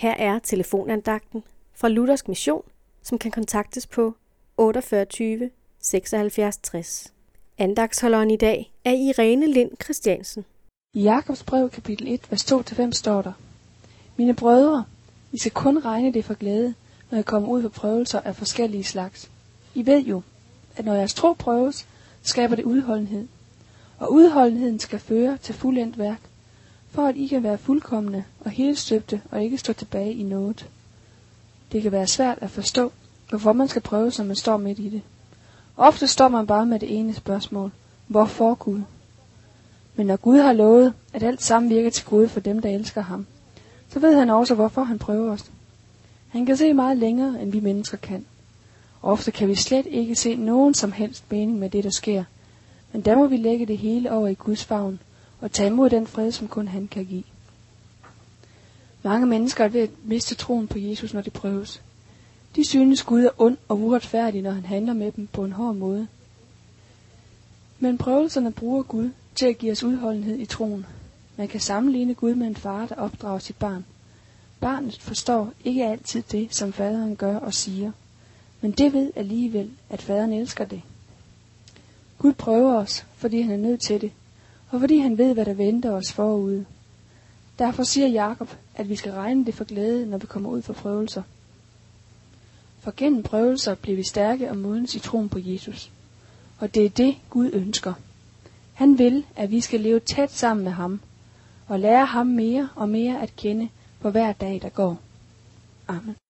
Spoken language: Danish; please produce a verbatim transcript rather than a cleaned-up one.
Her er telefonandagten fra Luthersk Mission, som kan kontaktes på otteogfyrre tyve seksoghalvfjerds tres. Andagtsholderen i dag er Irene Lind Christiansen. I Jakobs brev kapitel et, vers to til fem står der: Mine brødre, I skal kun regne det for glæde, når I kommer ud på prøvelser af forskellige slags. I ved jo, at når jeres tro prøves, skaber det udholdenhed. Og udholdenheden skal føre til fuldendt værk, for at I kan være fuldkomne og helstøbte og ikke stå tilbage i noget. Det kan være svært at forstå, hvorfor man skal prøve, når man står midt i det. Ofte står man bare med det ene spørgsmål: hvorfor Gud? Men når Gud har lovet, at alt sammen virker til gode for dem, der elsker ham, så ved han også, hvorfor han prøver os. Han kan se meget længere, end vi mennesker kan. Ofte kan vi slet ikke se nogen som helst mening med det, der sker. Men der må vi lægge det hele over i Guds favn og tage imod den fred, som kun han kan give. Mange mennesker er ved at miste troen på Jesus, når de prøves. De synes, Gud er ond og uretfærdig, når han handler med dem på en hård måde. Men prøvelserne bruger Gud til at give os udholdenhed i troen. Man kan sammenligne Gud med en far, der opdrager sit barn. Barnet forstår ikke altid det, som faderen gør og siger, men det ved alligevel, at faderen elsker det. Gud prøver os, fordi han er nødt til det, og fordi han ved, hvad der venter os forude. Derfor siger Jakob, at vi skal regne det for glæde, når vi kommer ud for prøvelser. For gennem prøvelser bliver vi stærke og modnes i troen på Jesus. Og det er det, Gud ønsker. Han vil, at vi skal leve tæt sammen med ham, og lære ham mere og mere at kende på hver dag, der går. Amen.